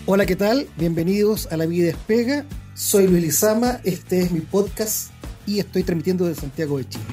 Hola, ¿qué tal? Bienvenidos a La Vida Despega. Soy Luis Lizama, este es mi podcast y estoy transmitiendo desde Santiago de Chile.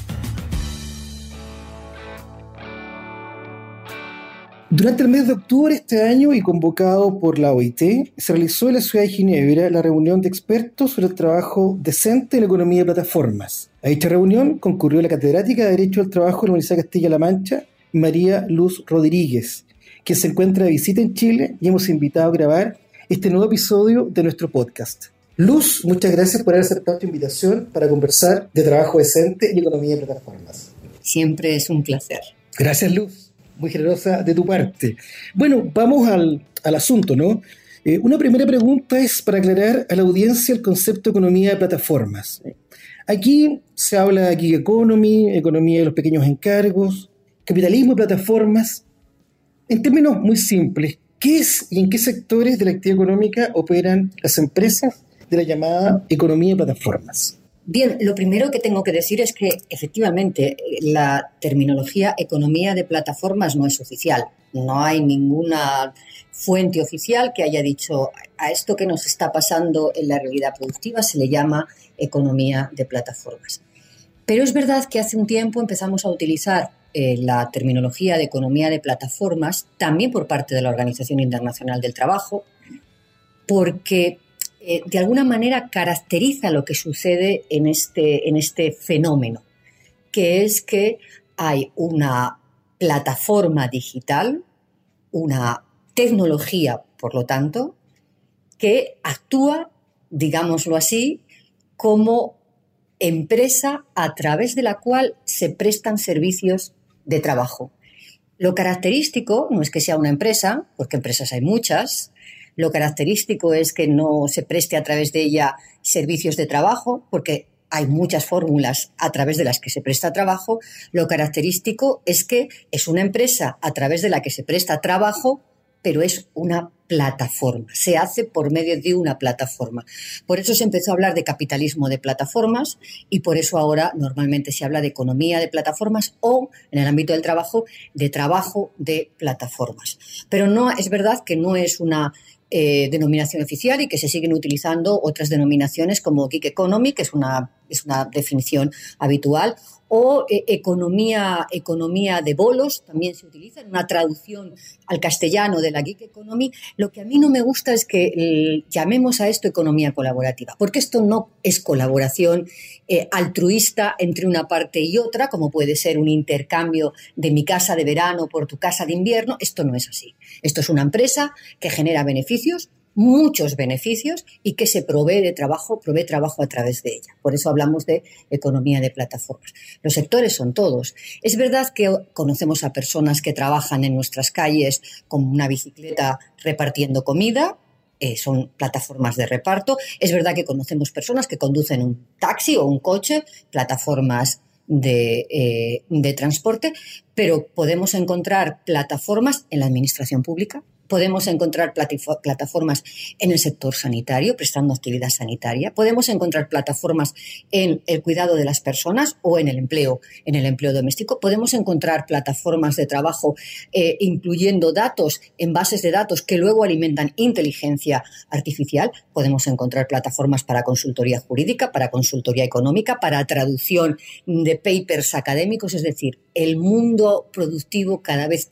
Durante el mes de octubre de este año y convocado por la OIT, se realizó en la ciudad de Ginebra la reunión de expertos sobre el trabajo decente en la economía de plataformas. A dicha reunión concurrió la catedrática de Derecho del Trabajo de la Universidad de Castilla-La Mancha, María Luz Rodríguez, que se encuentra de visita en Chile y hemos invitado a grabar este nuevo episodio de nuestro podcast. Luz, muchas gracias por haber aceptado esta invitación para conversar de trabajo decente y economía de plataformas. Siempre es un placer. Gracias, Luz. Muy generosa de tu parte. Bueno, vamos al asunto, ¿no? Una primera pregunta es para aclarar a la audiencia el concepto de economía de plataformas. Aquí se habla de gig economy, economía de los pequeños encargos, capitalismo de plataformas. En términos muy simples, ¿qué es y en qué sectores de la actividad económica operan las empresas de la llamada economía de plataformas? Bien, lo primero que tengo que decir es que efectivamente la terminología economía de plataformas no es oficial. No hay ninguna fuente oficial que haya dicho a esto que nos está pasando en la realidad productiva se le llama economía de plataformas. Pero es verdad que hace un tiempo empezamos a utilizar la terminología de economía de plataformas también por parte de la Organización Internacional del Trabajo, porque de alguna manera caracteriza lo que sucede en este fenómeno, que es que hay una plataforma digital, una tecnología, por lo tanto, que actúa, digámoslo así, como empresa a través de la cual se prestan servicios de trabajo. Lo característico no es que sea una empresa, porque empresas hay muchas. Lo característico es que no se preste a través de ella servicios de trabajo, porque hay muchas fórmulas a través de las que se presta trabajo. Lo característico es que es una empresa a través de la que se presta trabajo, pero es una plataforma, se hace por medio de una plataforma. Por eso se empezó a hablar de capitalismo de plataformas y por eso ahora normalmente se habla de economía de plataformas o, en el ámbito del trabajo de plataformas. Pero no es verdad que no es una denominación oficial y que se siguen utilizando otras denominaciones como gig economy, que es una definición habitual, o economía de bolos, también se utiliza en una traducción al castellano de la gig economy. Lo que a mí no me gusta es que llamemos a esto economía colaborativa, porque esto no es colaboración altruista entre una parte y otra, como puede ser un intercambio de mi casa de verano por tu casa de invierno. Esto no es así. Esto es una empresa que genera beneficios, muchos beneficios, y que se provee trabajo a través de ella. Por eso hablamos de economía de plataformas. Los sectores son todos. Es verdad que conocemos a personas que trabajan en nuestras calles con una bicicleta repartiendo comida, son plataformas de reparto. Es verdad que conocemos personas que conducen un taxi o un coche, plataformas de transporte, pero podemos encontrar plataformas en la administración pública. Podemos encontrar plataformas en el sector sanitario, prestando actividad sanitaria. Podemos encontrar plataformas en el cuidado de las personas o en el empleo doméstico. Podemos encontrar plataformas de trabajo incluyendo datos en bases de datos que luego alimentan inteligencia artificial. Podemos encontrar plataformas para consultoría jurídica, para consultoría económica, para traducción de papers académicos. Es decir, el mundo productivo cada vez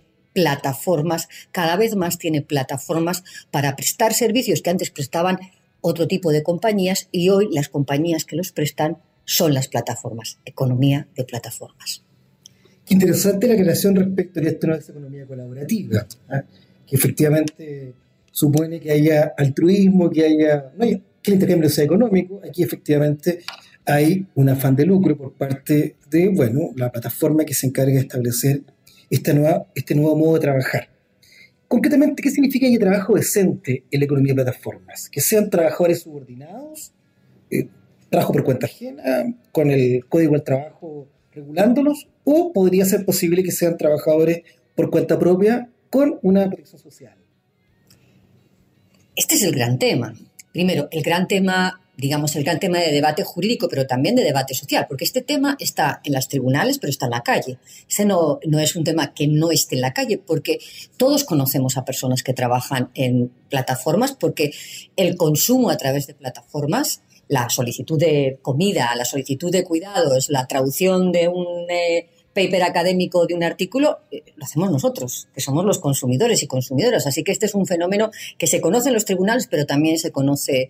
más tiene plataformas para prestar servicios que antes prestaban otro tipo de compañías y hoy las compañías que los prestan son las plataformas, economía de plataformas. Qué interesante la aclaración respecto a esto no es economía colaborativa, que efectivamente supone que haya altruismo, que el intercambio sea económico. Aquí efectivamente hay un afán de lucro por parte de la plataforma que se encarga de establecer este nuevo modo de trabajar. Concretamente, ¿qué significa que trabajo decente en la economía de plataformas? ¿Que sean trabajadores subordinados? ¿Trabajo por cuenta ajena, con el Código del Trabajo regulándolos? ¿O podría ser posible que sean trabajadores por cuenta propia con una protección social? Este es el gran tema. Primero, el gran tema digamos, el gran tema de debate jurídico, pero también de debate social, porque este tema está en los tribunales, pero está en la calle. Ese no es un tema que no esté en la calle, porque todos conocemos a personas que trabajan en plataformas, porque el consumo a través de plataformas, la solicitud de comida, la solicitud de cuidados, la traducción de un paper académico de un artículo, lo hacemos nosotros, que somos los consumidores y consumidoras. Así que este es un fenómeno que se conoce en los tribunales, pero también se conoce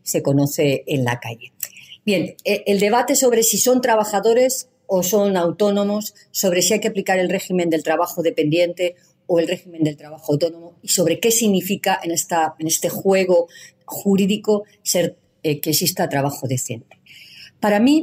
en la calle. Bien, el debate sobre si son trabajadores o son autónomos, sobre si hay que aplicar el régimen del trabajo dependiente o el régimen del trabajo autónomo y sobre qué significa en este juego jurídico que exista trabajo decente. Para mí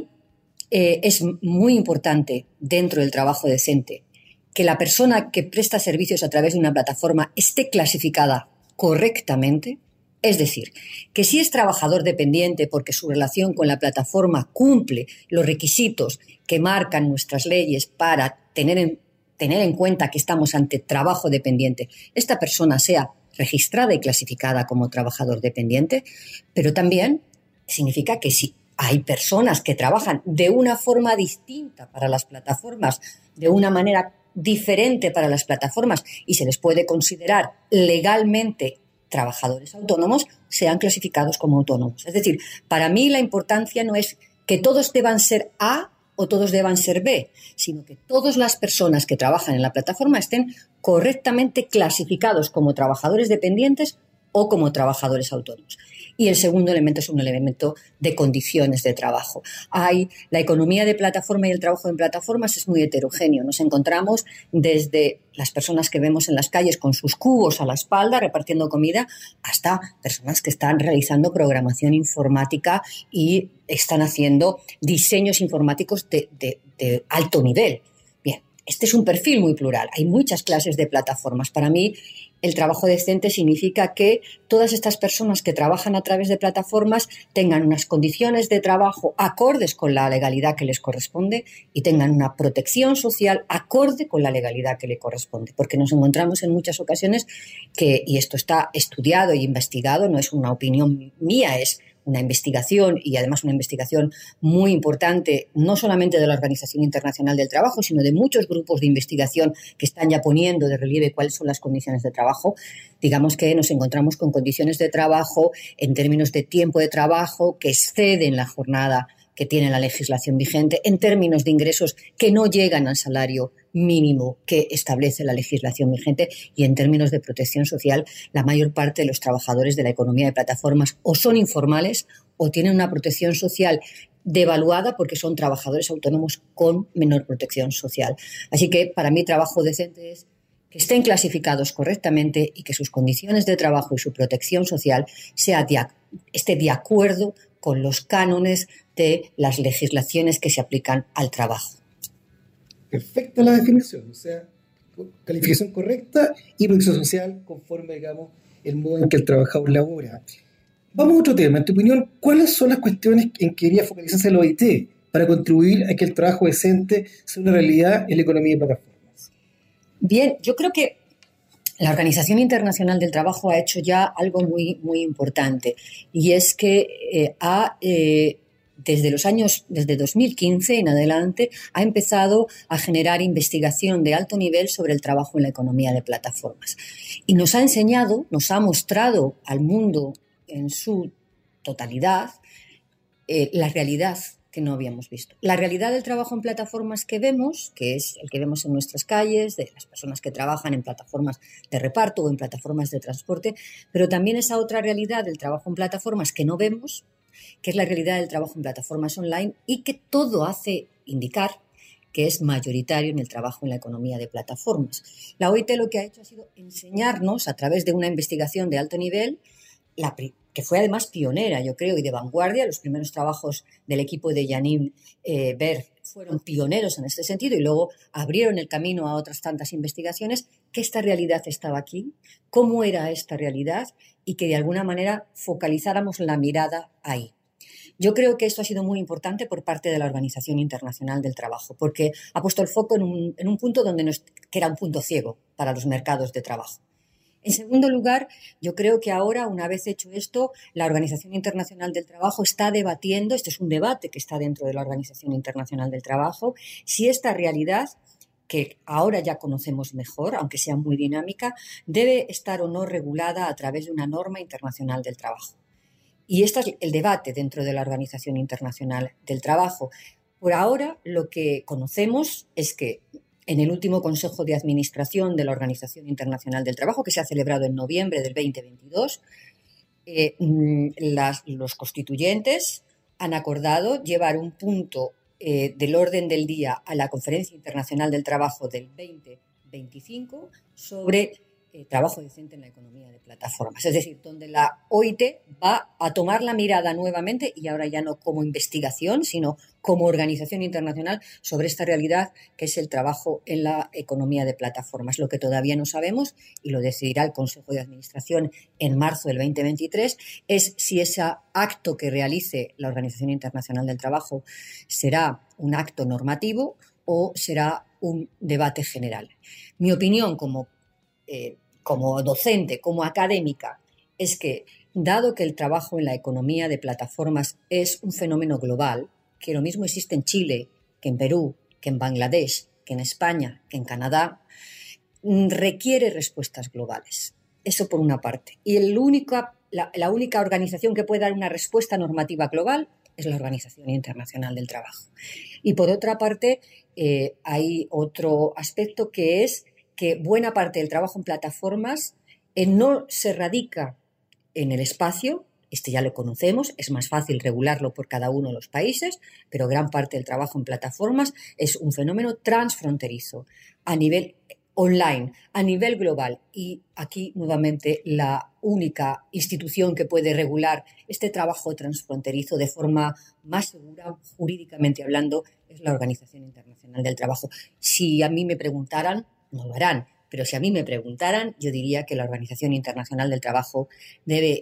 es muy importante dentro del trabajo decente que la persona que presta servicios a través de una plataforma esté clasificada correctamente. Es decir, que si es trabajador dependiente porque su relación con la plataforma cumple los requisitos que marcan nuestras leyes para tener en cuenta que estamos ante trabajo dependiente, esta persona sea registrada y clasificada como trabajador dependiente, pero también significa que si hay personas que trabajan de una forma distinta para las plataformas, de una manera diferente para las plataformas y se les puede considerar legalmente trabajadores autónomos, sean clasificados como autónomos. Es decir, para mí la importancia no es que todos deban ser A o todos deban ser B, sino que todas las personas que trabajan en la plataforma estén correctamente clasificados como trabajadores dependientes o como trabajadores autónomos. Y el segundo elemento es un elemento de condiciones de trabajo. La economía de plataforma y el trabajo en plataformas es muy heterogéneo. Nos encontramos desde las personas que vemos en las calles con sus cubos a la espalda repartiendo comida hasta personas que están realizando programación informática y están haciendo diseños informáticos de alto nivel. Bien, este es un perfil muy plural. Hay muchas clases de plataformas. Para mí, el trabajo decente significa que todas estas personas que trabajan a través de plataformas tengan unas condiciones de trabajo acordes con la legalidad que les corresponde y tengan una protección social acorde con la legalidad que le corresponde. Porque nos encontramos en muchas ocasiones y esto está estudiado y investigado, no es una opinión mía, es una investigación y además una investigación muy importante, no solamente de la Organización Internacional del Trabajo, sino de muchos grupos de investigación que están ya poniendo de relieve cuáles son las condiciones de trabajo. Digamos que nos encontramos con condiciones de trabajo en términos de tiempo de trabajo que exceden la jornada que tiene la legislación vigente, en términos de ingresos que no llegan al salario mínimo que establece la legislación vigente y en términos de protección social, la mayor parte de los trabajadores de la economía de plataformas o son informales o tienen una protección social devaluada porque son trabajadores autónomos con menor protección social. Así que para mí trabajo decente es que estén clasificados correctamente y que sus condiciones de trabajo y su protección social esté de acuerdo con los cánones de las legislaciones que se aplican al trabajo. Perfecta la definición, o sea, calificación correcta y protección social conforme, digamos, el modo en que el trabajador labora. Vamos a otro tema. En tu opinión, ¿cuáles son las cuestiones en que debería focalizarse la OIT para contribuir a que el trabajo decente sea una realidad en la economía de plataformas? Bien, yo creo que la Organización Internacional del Trabajo ha hecho ya algo muy, muy importante y es que desde 2015 en adelante ha empezado a generar investigación de alto nivel sobre el trabajo en la economía de plataformas. Y nos ha mostrado al mundo en su totalidad la realidad que no habíamos visto. La realidad del trabajo en plataformas que vemos, que es el que vemos en nuestras calles, de las personas que trabajan en plataformas de reparto o en plataformas de transporte, pero también esa otra realidad del trabajo en plataformas que no vemos, que es la realidad del trabajo en plataformas online y que todo hace indicar que es mayoritario en el trabajo en la economía de plataformas. La OIT lo que ha hecho ha sido enseñarnos a través de una investigación de alto nivel, que fue además pionera, yo creo, y de vanguardia. Los primeros trabajos del equipo de Janine Berg fueron pioneros en este sentido y luego abrieron el camino a otras tantas investigaciones, que esta realidad estaba aquí, cómo era esta realidad y que de alguna manera focalizáramos la mirada ahí. Yo creo que esto ha sido muy importante por parte de la Organización Internacional del Trabajo, porque ha puesto el foco en un punto que era un punto ciego para los mercados de trabajo. En segundo lugar, yo creo que ahora, una vez hecho esto, la Organización Internacional del Trabajo está debatiendo, este es un debate que está dentro de la Organización Internacional del Trabajo, si esta realidad, que ahora ya conocemos mejor, aunque sea muy dinámica, debe estar o no regulada a través de una norma internacional del trabajo. Y este es el debate dentro de la Organización Internacional del Trabajo. Por ahora, lo que conocemos es que en el último Consejo de Administración de la Organización Internacional del Trabajo, que se ha celebrado en noviembre del 2022, los constituyentes han acordado llevar un punto del orden del día a la Conferencia Internacional del Trabajo del 2025 sobre trabajo decente en la economía de plataformas. Es decir, donde la OIT va a tomar la mirada nuevamente, y ahora ya no como investigación, sino como organización internacional, sobre esta realidad que es el trabajo en la economía de plataformas. Lo que todavía no sabemos, y lo decidirá el Consejo de Administración en marzo del 2023, es si ese acto que realice la Organización Internacional del Trabajo será un acto normativo o será un debate general. Mi opinión como docente, como académica, es que, dado que el trabajo en la economía de plataformas es un fenómeno global, que lo mismo existe en Chile, que en Perú, que en Bangladesh, que en España, que en Canadá, requiere respuestas globales. Eso por una parte. Y la única organización que puede dar una respuesta normativa global es la Organización Internacional del Trabajo. Y por otra parte, hay otro aspecto, que es que buena parte del trabajo en plataformas no se radica en el espacio, este ya lo conocemos, es más fácil regularlo por cada uno de los países, pero gran parte del trabajo en plataformas es un fenómeno transfronterizo, a nivel online, a nivel global. Y aquí, nuevamente, la única institución que puede regular este trabajo transfronterizo de forma más segura, jurídicamente hablando, es la Organización Internacional del Trabajo. Si a mí me preguntaran, no lo harán, pero si a mí me preguntaran, yo diría que la Organización Internacional del Trabajo debe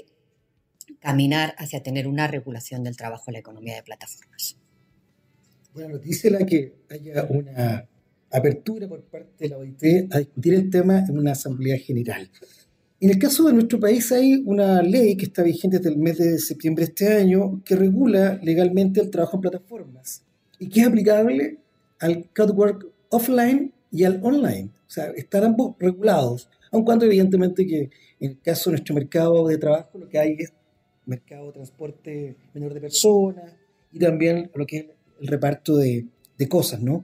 caminar hacia tener una regulación del trabajo en la economía de plataformas. Buena noticia la que haya una apertura por parte de la OIT a discutir el tema en una asamblea general. En el caso de nuestro país hay una ley que está vigente desde el mes de septiembre de este año que regula legalmente el trabajo en plataformas y que es aplicable al crowdwork offline y al online. O sea, están ambos regulados, aun cuando evidentemente que en el caso de nuestro mercado de trabajo lo que hay es mercado de transporte menor de personas y también lo que es el reparto de cosas, ¿no?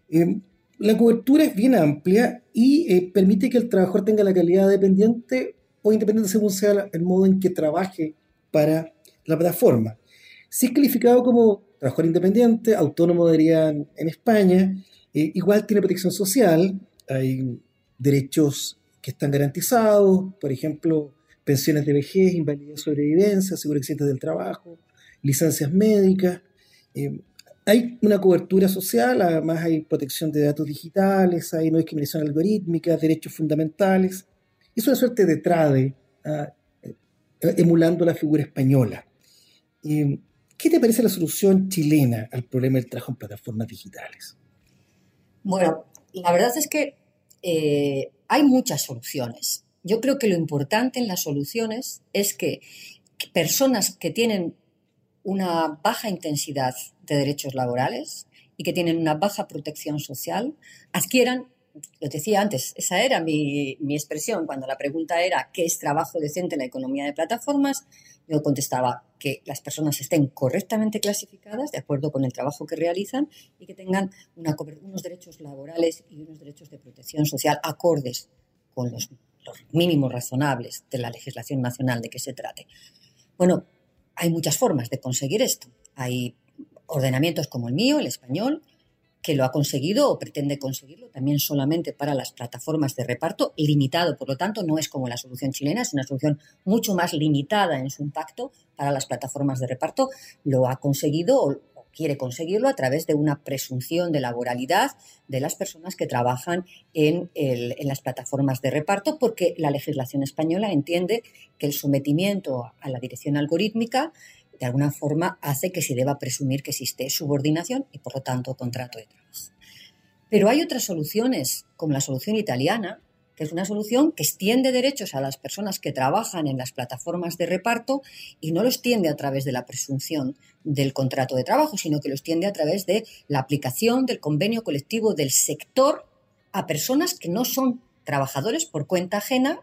La cobertura es bien amplia y permite que el trabajador tenga la calidad dependiente o independiente según sea el modo en que trabaje para la plataforma. Si es calificado como trabajador independiente, autónomo dirían en España, igual tiene protección social, hay derechos que están garantizados, por ejemplo, pensiones de vejez, invalidez, sobrevivencia, seguro de accidentes del trabajo, licencias médicas. Hay una cobertura social, además hay protección de datos digitales, hay no discriminación algorítmica, derechos fundamentales. Es una suerte de trade, emulando la figura española. ¿Qué te parece la solución chilena al problema del trabajo en plataformas digitales? Bueno, la verdad es que hay muchas soluciones. Yo creo que lo importante en las soluciones es que personas que tienen una baja intensidad de derechos laborales y que tienen una baja protección social adquieran, lo decía antes, esa era mi expresión cuando la pregunta era ¿qué es trabajo decente en la economía de plataformas? Yo contestaba que las personas estén correctamente clasificadas de acuerdo con el trabajo que realizan y que tengan unos derechos laborales y unos derechos de protección social acordes con los mínimos razonables de la legislación nacional de que se trate. Bueno, hay muchas formas de conseguir esto. Hay ordenamientos como el mío, el español, que lo ha conseguido o pretende conseguirlo también solamente para las plataformas de reparto, limitado, por lo tanto, no es como la solución chilena, es una solución mucho más limitada en su impacto para las plataformas de reparto. Lo ha conseguido o quiere conseguirlo a través de una presunción de laboralidad de las personas que trabajan en las plataformas de reparto, porque la legislación española entiende que el sometimiento a la dirección algorítmica de alguna forma hace que se deba presumir que existe subordinación y, por lo tanto, contrato de trabajo. Pero hay otras soluciones, como la solución italiana, que es una solución que extiende derechos a las personas que trabajan en las plataformas de reparto y no los extiende a través de la presunción del contrato de trabajo, sino que los extiende a través de la aplicación del convenio colectivo del sector a personas que no son trabajadores por cuenta ajena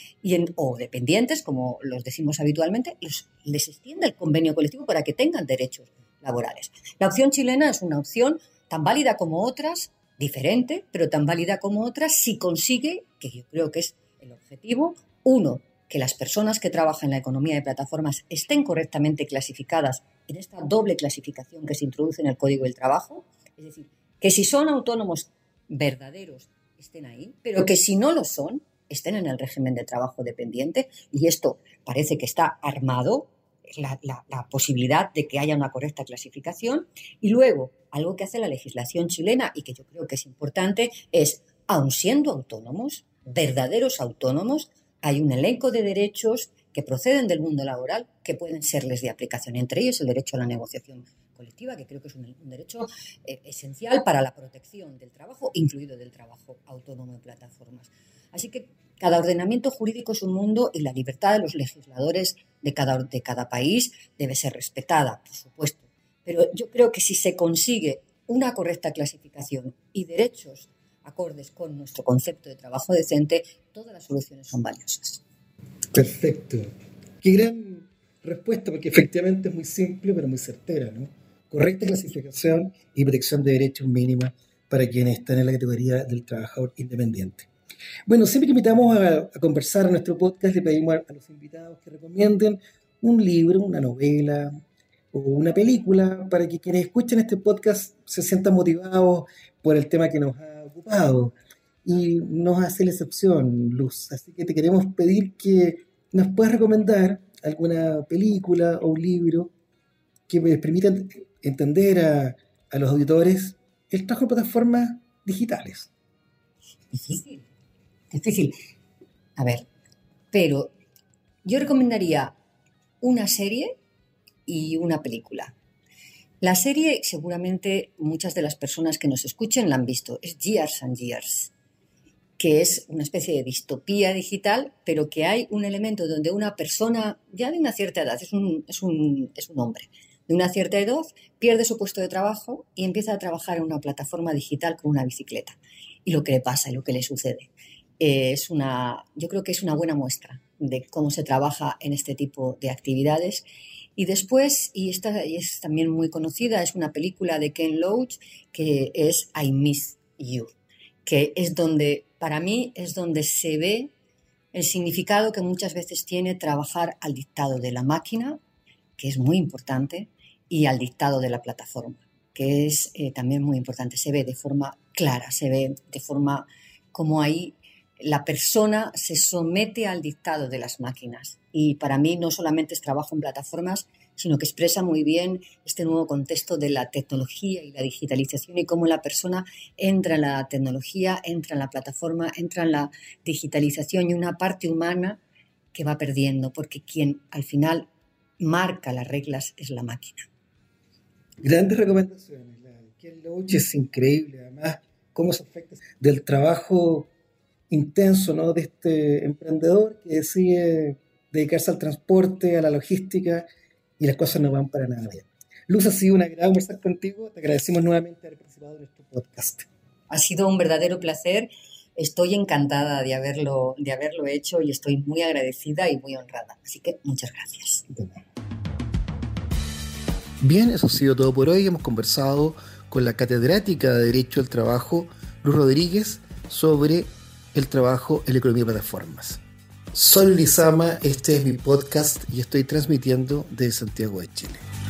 o dependientes, como los decimos habitualmente, les extiende el convenio colectivo para que tengan derechos laborales. La opción chilena es una opción tan válida como otras, diferente, pero tan válida como otras, si consigue, que yo creo que es el objetivo, uno, que las personas que trabajan en la economía de plataformas estén correctamente clasificadas en esta doble clasificación que se introduce en el Código del Trabajo, es decir, que si son autónomos verdaderos estén ahí, pero que si no lo son, estén en el régimen de trabajo dependiente, y esto parece que está armado, la posibilidad de que haya una correcta clasificación. Y luego, algo que hace la legislación chilena y que yo creo que es importante es, aun siendo autónomos, verdaderos autónomos, hay un elenco de derechos que proceden del mundo laboral que pueden serles de aplicación, entre ellos el derecho a la negociación colectiva, que creo que es un derecho esencial para la protección del trabajo, incluido del trabajo autónomo en plataformas. Así que cada ordenamiento jurídico es un mundo y la libertad de los legisladores de cada país debe ser respetada, por supuesto. Pero yo creo que si se consigue una correcta clasificación y derechos acordes con nuestro concepto de trabajo decente, todas las soluciones son valiosas. Perfecto. Qué gran respuesta, porque efectivamente es muy simple, pero muy certera, ¿no? Correcta clasificación y protección de derechos mínimos para quienes están en la categoría del trabajador independiente. Bueno, siempre que invitamos a conversar en nuestro podcast, le pedimos a los invitados que recomienden un libro, una novela o una película para que quienes escuchen este podcast se sientan motivados por el tema que nos ha ocupado. Y nos hace la excepción, Luz. Así que te queremos pedir que nos puedas recomendar alguna película o un libro que me permita entender a los auditores el trabajo en plataformas digitales. Difícil. A ver, pero yo recomendaría una serie y una película. La serie, seguramente muchas de las personas que nos escuchen la han visto, es Years and Years, que es una especie de distopía digital, pero que hay un elemento donde una persona ya de una cierta edad, es un hombre, de una cierta edad, pierde su puesto de trabajo y empieza a trabajar en una plataforma digital con una bicicleta. Y lo que le pasa y lo que le sucede. Yo creo que es una buena muestra de cómo se trabaja en este tipo de actividades. Y después, y esta es también muy conocida, es una película de Ken Loach que es I Miss You, que es donde, para mí, es donde se ve el significado que muchas veces tiene trabajar al dictado de la máquina, que es muy importante, y al dictado de la plataforma, que es también muy importante. Se ve de forma clara, se ve de forma como ahí la persona se somete al dictado de las máquinas. Y para mí no solamente es trabajo en plataformas, sino que expresa muy bien este nuevo contexto de la tecnología y la digitalización y cómo la persona entra en la tecnología, entra en la plataforma, entra en la digitalización y una parte humana que va perdiendo, porque quien al final marca las reglas es la máquina. Grandes recomendaciones. La de Ken Loach es increíble, además, cómo se afecta del trabajo intenso, ¿no?, de este emprendedor que decide dedicarse al transporte, a la logística, y las cosas no van para nada bien. Luz, ha sido una gran conversación contigo. Te agradecemos nuevamente haber participado en nuestro podcast. Ha sido un verdadero placer. Estoy encantada de haberlo hecho y estoy muy agradecida y muy honrada. Así que muchas gracias. Bien, eso ha sido todo por hoy. Hemos conversado con la catedrática de Derecho al Trabajo, Luz Rodríguez, sobre el trabajo en la economía de plataformas. Soy Lizama, este es mi podcast y estoy transmitiendo desde Santiago de Chile.